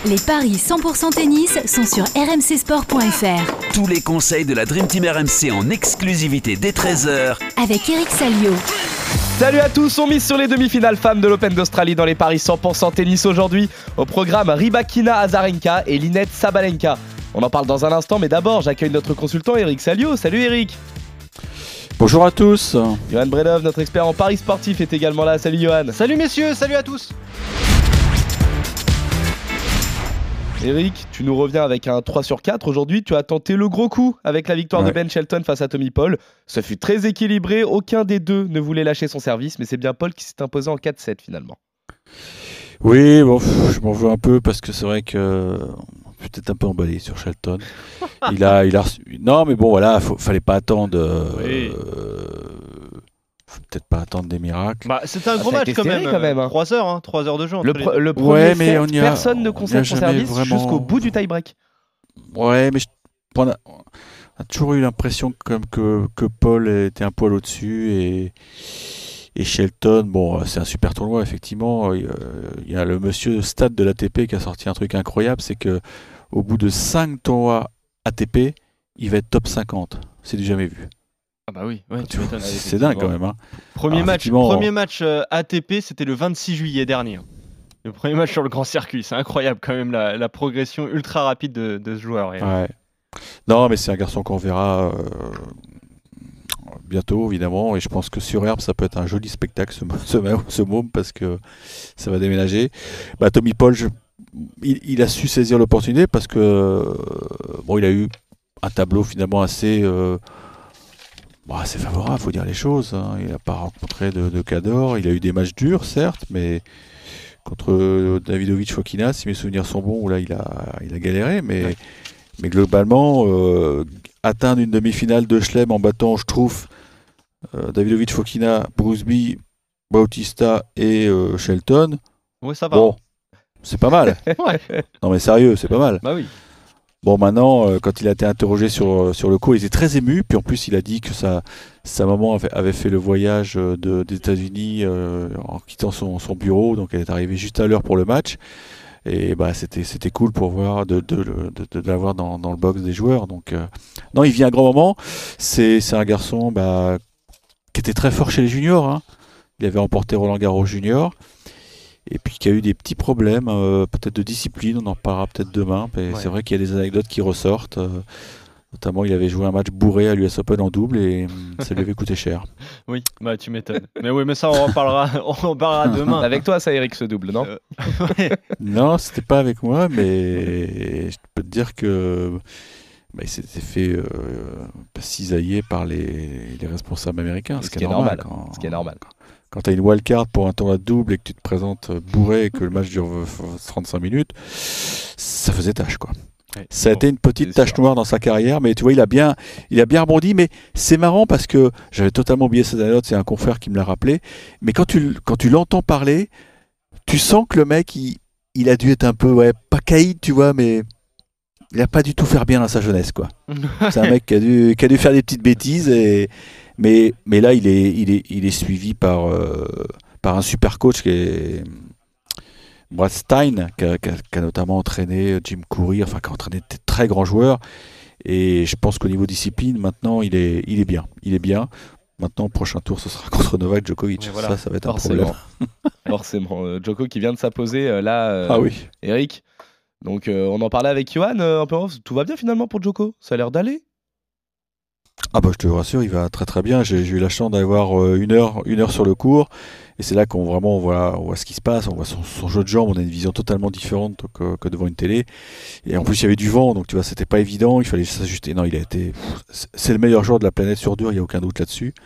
Les paris 100% tennis sont sur rmcsport.fr. Tous les conseils de la Dream Team RMC en exclusivité dès 13h avec Eric Salio. Salut à tous, on mise sur les demi-finales femmes de l'Open d'Australie dans les paris 100% tennis aujourd'hui. Au programme, Rybakina Azarenka et Linette Sabalenka. On en parle dans un instant, mais d'abord j'accueille notre consultant Eric Salio. Salut Eric. Bonjour à tous. Johan Bredov, notre expert en paris sportif, est également là. Salut Johan. Salut messieurs, salut à tous. Eric, tu nous reviens avec un 3 sur 4. Aujourd'hui, tu as tenté le gros coup avec la victoire de Ben Shelton face à Tommy Paul. Ce fut très équilibré, aucun des deux ne voulait lâcher son service, mais c'est bien Paul qui s'est imposé en 4-7 finalement. Oui, bon, je m'en veux un peu parce que c'est vrai que peut-être un peu emballé sur Shelton. il a non, mais bon, voilà, fallait pas attendre. Peut-être pas attendre des miracles. Bah, c'était un gros match quand même. 3 heures, 3 heures de jeu. Le premier set, personne ne concède son service jusqu'au bout du tie-break. Ouais, mais on a toujours eu l'impression que Paul était un poil au-dessus et Shelton, bon, c'est un super tournoi, effectivement. Il y a le monsieur Stade de l'ATP qui a sorti un truc incroyable, c'est que au bout de 5 tournois ATP, il va être top 50. C'est du jamais vu. Ah bah oui, ouais, tu m'étonnes. C'est dingue quand même. Hein. Premier match ATP, c'était le 26 juillet dernier. Le premier match sur le grand circuit. C'est incroyable quand même la progression ultra rapide de ce joueur. Ouais. Non, mais c'est un garçon qu'on verra bientôt, évidemment. Et je pense que sur herbe, ça peut être un joli spectacle, ce môme, parce que ça va déménager. Bah, Tommy Paul, il a su saisir l'opportunité parce que bon, il a eu un tableau finalement assez favorable, faut dire les choses. Hein. Il n'a pas rencontré de cas d'or. Il a eu des matchs durs, certes, mais contre Davidovich Fokina, si mes souvenirs sont bons, là il a galéré, mais globalement, atteindre une demi-finale de Chelem en battant, je trouve, Davidovich Fokina, Brooksby, Bautista et Shelton. Ouais, ça va. Bon, c'est pas mal. Non mais sérieux, c'est pas mal. Bah oui. Bon, maintenant, quand il a été interrogé sur le coup, il était très ému. Puis en plus, il a dit que sa maman avait fait le voyage des États-Unis en quittant son bureau. Donc, elle est arrivée juste à l'heure pour le match. Et bah, c'était cool pour voir de l'avoir dans le box des joueurs. Donc, non, il vit un grand moment. C'est un garçon qui était très fort chez les juniors. Hein. Il avait remporté Roland Garros junior. Et puis qui a eu des petits problèmes, peut-être de discipline, on en reparlera peut-être demain. Mais c'est vrai qu'il y a des anecdotes qui ressortent. Notamment, il avait joué un match bourré à l'US Open en double et ça lui avait coûté cher. Oui, bah tu m'étonnes. Mais ça, on en parlera demain. Avec toi, ça, Eric, ce double, non Non, c'était pas avec moi, mais je peux te dire que il s'était fait cisailler par les responsables américains. Ce qui est normal. Ce qui est normal. Quand tu as une wildcard pour un tournoi de double et que tu te présentes bourré et que le match dure 35 minutes, ça faisait tâche, quoi. Ouais, ça a été une petite tache noire dans sa carrière, mais tu vois, il a bien rebondi. Mais c'est marrant parce que j'avais totalement oublié cette anecdote, c'est un confrère qui me l'a rappelé. Mais quand tu l'entends parler, tu sens que le mec, il a dû être un peu, pas caïd, tu vois, mais il n'a pas du tout fait bien dans sa jeunesse, quoi. C'est un mec qui a dû faire des petites bêtises mais là, il est suivi par un super coach qui est Brad Stein, qui a notamment entraîné Jim Courier, enfin qui a entraîné de très grands joueurs. Et je pense qu'au niveau discipline, maintenant, il est bien. Il est bien. Maintenant, le prochain tour, ce sera contre Novak Djokovic. Voilà. Ça va être un problème. Forcément. Djoko qui vient de s'imposer là. Ah oui. Eric. Donc, on en parlait avec Johan un peu. Tout va bien finalement pour Djoko. Ça a l'air d'aller. Ah bah je te rassure, il va très très bien. J'ai eu la chance d'avoir une heure sur le court et c'est là qu'on voit ce qui se passe, on voit son jeu de jambes, on a une vision totalement différente que devant une télé. Et en plus il y avait du vent, donc tu vois c'était pas évident, il fallait s'ajuster. Non, c'est le meilleur joueur de la planète sur dur, il n'y a aucun doute là-dessus.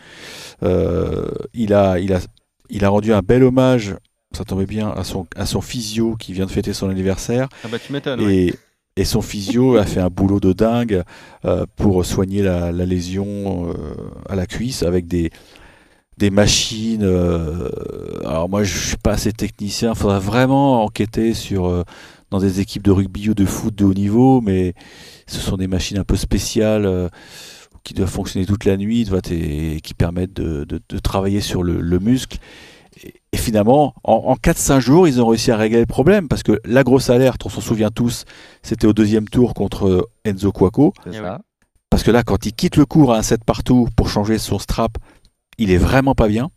Il a rendu un bel hommage, ça tombait bien, à son physio qui vient de fêter son anniversaire. Ah bah tu m'étonnes. Et son physio a fait un boulot de dingue pour soigner la lésion à la cuisse avec des machines. Alors moi, je suis pas assez technicien. Il faudra vraiment enquêter dans des équipes de rugby ou de foot de haut niveau, mais ce sont des machines un peu spéciales qui doivent fonctionner toute la nuit, qui permettent de travailler sur le muscle. Et finalement, en 4-5 jours, ils ont réussi à régler le problème parce que la grosse alerte, on s'en souvient tous, c'était au deuxième tour contre Enzo Cuoco. C'est ça. Parce que là, quand il quitte le court à un set partout pour changer son strap, il est vraiment pas bien.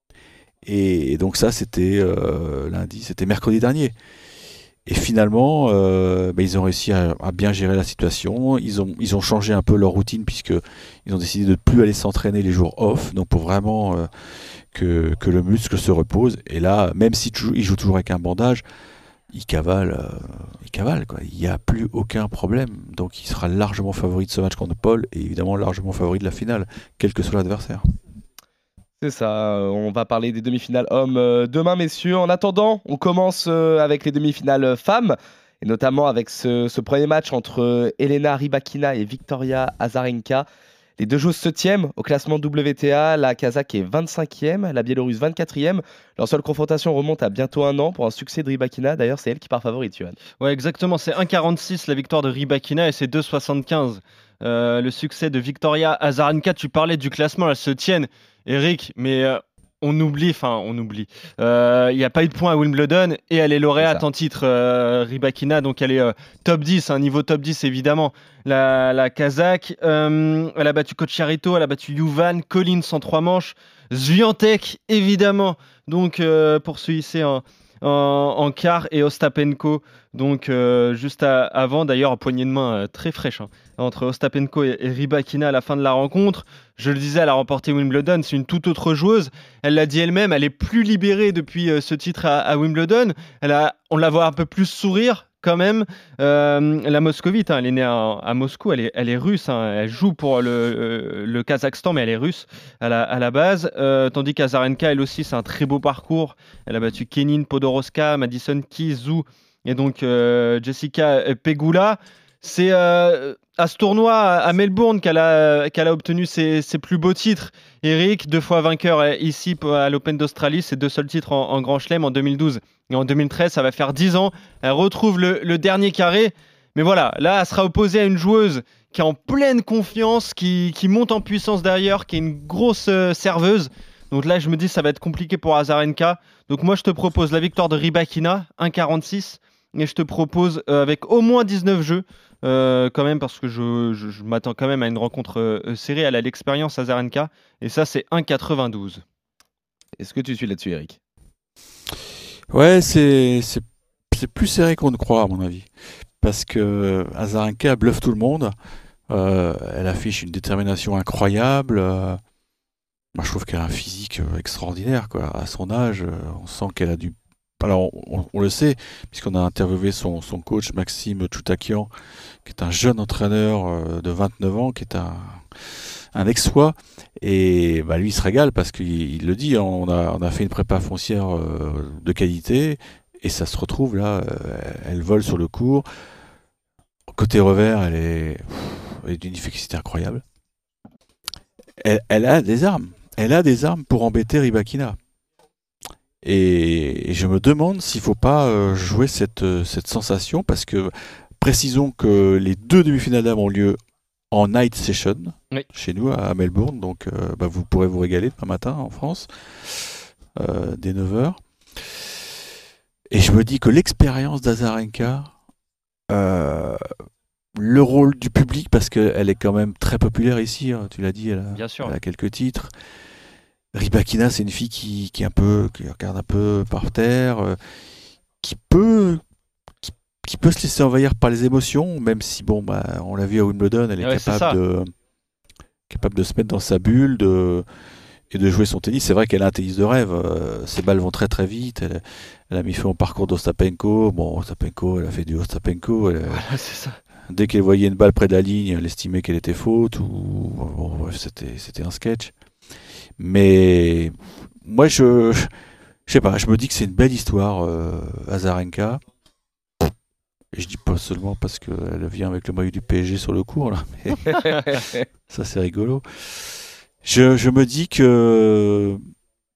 Et donc ça, c'était mercredi dernier. Et finalement, ils ont réussi à bien gérer la situation. Ils ont changé un peu leur routine puisqu'ils ont décidé de ne plus aller s'entraîner les jours off. Donc pour vraiment que le muscle se repose. Et là, même s'il joue toujours avec un bandage, il cavale quoi. Il n'y a plus aucun problème. Donc il sera largement favori de ce match contre Paul et évidemment largement favori de la finale, quel que soit l'adversaire. C'est ça, on va parler des demi-finales hommes demain, messieurs. En attendant, on commence avec les demi-finales femmes, et notamment avec ce premier match entre Elena Rybakina et Victoria Azarenka. Les deux joueuses se tiennent au classement WTA, la Kazakh est 25e, la Biélorusse 24e. Leur seule confrontation remonte à bientôt 1 an pour un succès de Rybakina. D'ailleurs, c'est elle qui part favorite, Johan. Ouais, exactement, c'est 1,46 la victoire de Rybakina et c'est 2,75 le succès de Victoria Azarenka. Tu parlais du classement, elles se tiennent, Eric, mais on oublie. Il n'y a pas eu de points à Wimbledon et elle est lauréate en titre, Rybakina, donc elle est top 10, un niveau top 10 évidemment. La Kazakh, elle a battu Cocciarito, elle a battu Juvan, Collins en 3 manches, Swiatek évidemment, donc pour se hisser en quart, et Ostapenko donc juste avant, d'ailleurs poignée de main très fraîche entre Ostapenko et Rybakina à la fin de la rencontre. Je le disais, elle a remporté Wimbledon, c'est une toute autre joueuse, elle l'a dit elle-même, elle est plus libérée depuis ce titre à Wimbledon, on la voit un peu plus sourire quand même. La moscovite, elle est née à Moscou, elle est russe, elle joue pour le Kazakhstan, mais elle est russe à la base, tandis qu'Azarenka, elle aussi, c'est un très beau parcours. Elle a battu Kenin Podoroska, Madison Keys, Zhou et donc Jessica Pegula. C'est à ce tournoi à Melbourne qu'elle a obtenu ses plus beaux titres. Eric, 2 fois vainqueur ici à l'Open d'Australie, ses 2 seuls titres en Grand Chelem en 2012 et en 2013. Ça va faire 10 ans. Elle retrouve le dernier carré. Mais voilà, là, elle sera opposée à une joueuse qui est en pleine confiance, qui monte en puissance derrière, qui est une grosse serveuse. Donc là, je me dis ça va être compliqué pour Azarenka. Donc moi, je te propose la victoire de Rybakina, 1,46. Et je te propose avec au moins 19 jeux, quand même, parce que je m'attends quand même à une rencontre serrée. Elle a l'expérience, Azarenka, et ça, c'est 1,92. Est-ce que tu suis là-dessus, Eric ? Ouais, c'est plus serré qu'on ne croit, à mon avis. Parce que Azarenka bluffe tout le monde. Elle affiche une détermination incroyable. Moi, je trouve qu'elle a un physique extraordinaire, quoi. À son âge, on sent qu'elle a du... Alors, on le sait, puisqu'on a interviewé son coach, Maxime Tchoutakian, qui est un jeune entraîneur de 29 ans, qui est un ex-soi. Et lui, il se régale parce qu'il le dit, on a fait une prépa foncière de qualité, et ça se retrouve là, elle vole sur le court. Côté revers, elle est d'une efficacité incroyable. Elle a des armes. Elle a des armes pour embêter Rybakina. Et je me demande s'il ne faut pas jouer cette sensation, parce que précisons que les 2 demi-finales d'âme ont lieu en night session, oui, chez nous à Melbourne, donc vous pourrez vous régaler demain matin en France, dès 9h. Et je me dis que l'expérience d'Azarenka, le rôle du public, parce qu'elle est quand même très populaire ici, tu l'as dit, elle a quelques titres. Rybakina, c'est une fille qui regarde un peu par terre, qui peut se laisser envahir par les émotions, même si on l'a vu à Wimbledon, elle est capable de se mettre dans sa bulle et de jouer son tennis. C'est vrai qu'elle a un tennis de rêve, ses balles vont très très vite, elle a mis fin au parcours d'Ostapenko. Ostapenko, elle a fait du Ostapenko, c'est ça. Dès qu'elle voyait une balle près de la ligne, elle estimait qu'elle était faute, bref, c'était un sketch. Mais moi, je sais pas, je me dis que c'est une belle histoire, Azarenka. Et je dis pas seulement parce qu'elle vient avec le maillot du PSG sur le court, là, mais ça c'est rigolo. Je me dis que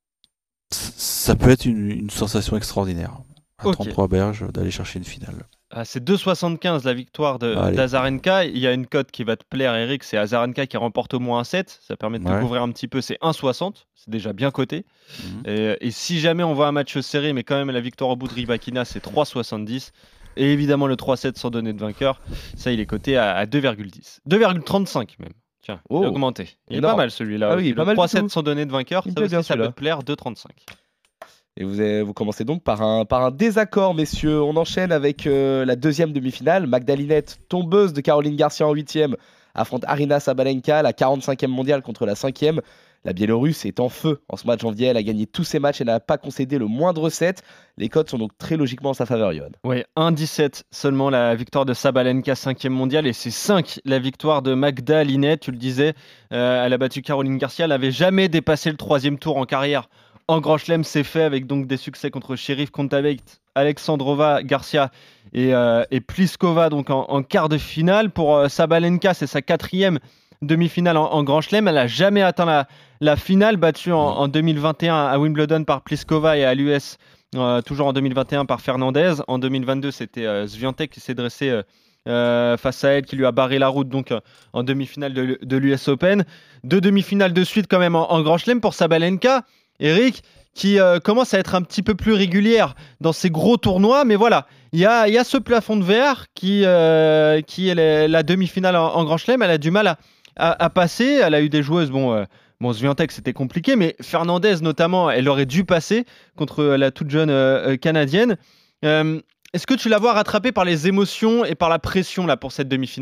ça peut être une sensation extraordinaire. À 33 berges, d'aller chercher une finale. C'est 2,75 la victoire d'Azarenka. Il y a une cote qui va te plaire, Eric. C'est Azarenka qui remporte au moins un set. Ça permet de découvrir un petit peu. C'est 1,60. C'est déjà bien coté. Et si jamais on voit un match serré, mais quand même la victoire au bout de Rybakina, c'est 3,70. Et évidemment, le 3-7 sans donner de vainqueur. Ça, il est coté à 2,10. 2,35 même. Tiens, il a augmenté. Il est pas mal celui-là. Oui, le 3-7 sans donner de vainqueur, ça peut te plaire. 2,35. Et vous commencez donc par un désaccord, messieurs. On enchaîne avec la deuxième demi-finale. Magdalinette, tombeuse de Caroline Garcia en 8e, affronte Aryna Sabalenka, la 45e mondiale contre la 5e. La Biélorusse est en feu en ce mois de janvier. Elle a gagné tous ses matchs et n'a pas concédé le moindre set. Les cotes sont donc très logiquement en sa faveur, Yohan. Oui, 1,17 seulement la victoire de Sabalenka, 5e mondiale. Et c'est 5 la victoire de Magdalinette. Tu le disais, elle a battu Caroline Garcia. Elle n'avait jamais dépassé le 3e tour en carrière. En Grand Chelem, c'est fait avec donc des succès contre Sherif Kontaveit, Alexandrova, Garcia et Pliskova donc en quart de finale. Pour Sabalenka, c'est sa 4e demi-finale en Grand Chelem. Elle n'a jamais atteint la finale, battue en 2021 à Wimbledon par Pliskova et à l'US, toujours en 2021 par Fernandez. En 2022, c'était Swiatek qui s'est dressé face à elle, qui lui a barré la route donc en demi-finale de l'US Open. 2 demi-finales de suite quand même en Grand Chelem pour Sabalenka. Eric, qui commence à être un petit peu plus régulière dans ces gros tournois, mais voilà, il y a ce plafond de verre qui est la demi-finale en Grand Chelem. Elle a du mal à passer. Elle a eu des joueuses, Swiatek c'était compliqué, mais Fernandez notamment, elle aurait dû passer contre la toute jeune canadienne. Est-ce que tu la vois rattrapée par les émotions et par la pression là pour cette demi-finale ?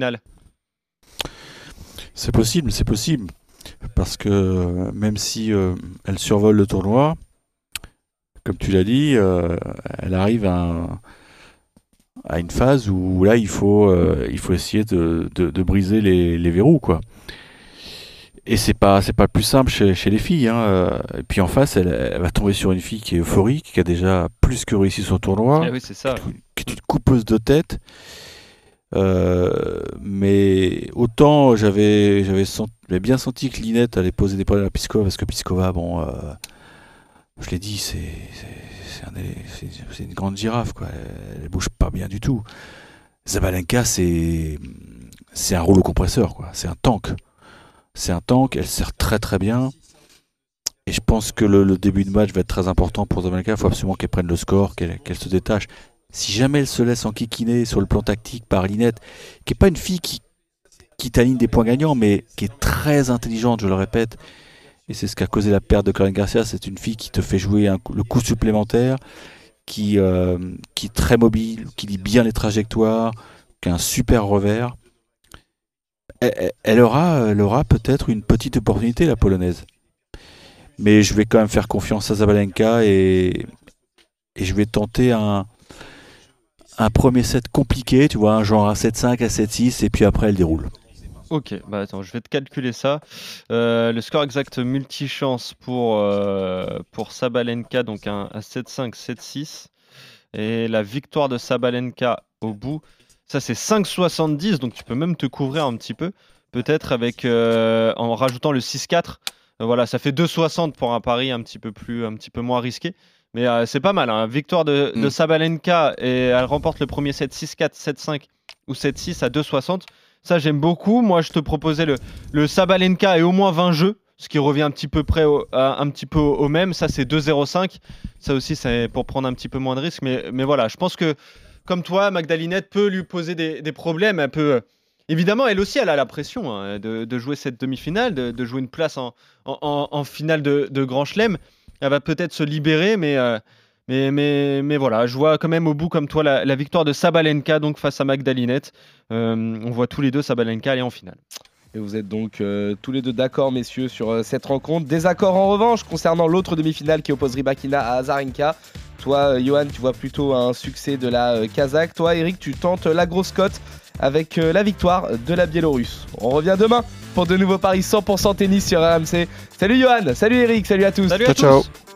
C'est possible. Parce que même si elle survole le tournoi, comme tu l'as dit, elle arrive à une phase où là il faut essayer de briser les verrous, quoi. Et c'est pas le plus simple chez les filles, hein. Et puis en face, elle va tomber sur une fille qui est euphorique, qui a déjà plus que réussi son tournoi, oui, c'est ça. qui est une coupeuse de tête. Mais autant j'avais bien senti que Linette allait poser des problèmes à Pliskova, parce que Pliskova, je l'ai dit, c'est une grande girafe, quoi. Elle bouge pas bien du tout. Sabalenka, c'est un rouleau compresseur, quoi. C'est un tank, elle sert très très bien. Et je pense que le début de match va être très important pour Sabalenka. Il faut absolument qu'elle prenne le score, qu'elle se détache. Si jamais elle se laisse enquiquiner sur le plan tactique par Linette, qui n'est pas une fille qui t'aligne des points gagnants, mais qui est très intelligente, je le répète, et c'est ce qui a causé la perte de Caroline Garcia, c'est une fille qui te fait jouer le coup supplémentaire, qui est très mobile, qui lit bien les trajectoires, qui a un super revers. Elle aura peut-être une petite opportunité, la Polonaise. Mais je vais quand même faire confiance à Sabalenka et je vais tenter un premier set compliqué, tu vois, un genre à 7-5, à 7-6, et puis après elle déroule. Ok, attends, je vais te calculer ça. Le score exact multichance pour Sabalenka, donc un 7-5, 7-6. Et la victoire de Sabalenka au bout, ça c'est 5,70, donc tu peux même te couvrir un petit peu, peut-être avec en rajoutant le 6-4. Voilà, ça fait 2,60 pour un pari un petit peu moins risqué. Mais c'est pas mal, hein. Victoire de Sabalenka et elle remporte le premier set 6-4, 7-5 ou 7-6 à 2,60. Ça, j'aime beaucoup. Moi, je te proposais le Sabalenka et au moins 20 jeux, ce qui revient un petit peu au même. Ça, c'est 2,05. Ça aussi, c'est pour prendre un petit peu moins de risques. Mais voilà, je pense que, comme toi, Magdalinette peut lui poser des problèmes. Elle peut... Évidemment, elle aussi, elle a la pression, hein, de jouer cette demi-finale, de jouer une place en finale de Grand Chelem. Elle va peut-être se libérer, mais voilà, je vois quand même au bout, comme toi, la victoire de Sabalenka donc face à Magdalinette. On voit tous les deux Sabalenka aller en finale. Et vous êtes donc tous les deux d'accord, messieurs, sur cette rencontre. Désaccord en revanche concernant l'autre demi-finale qui oppose Rybakina à Azarenka. Toi, Yohan, tu vois plutôt un succès de la Kazakh. Toi, Eric, tu tentes la grosse cote avec la victoire de la Biélorusse. On revient demain pour de nouveaux paris 100% tennis sur RMC. Salut Yohan, salut Eric, salut à tous. Salut à tous. Ciao.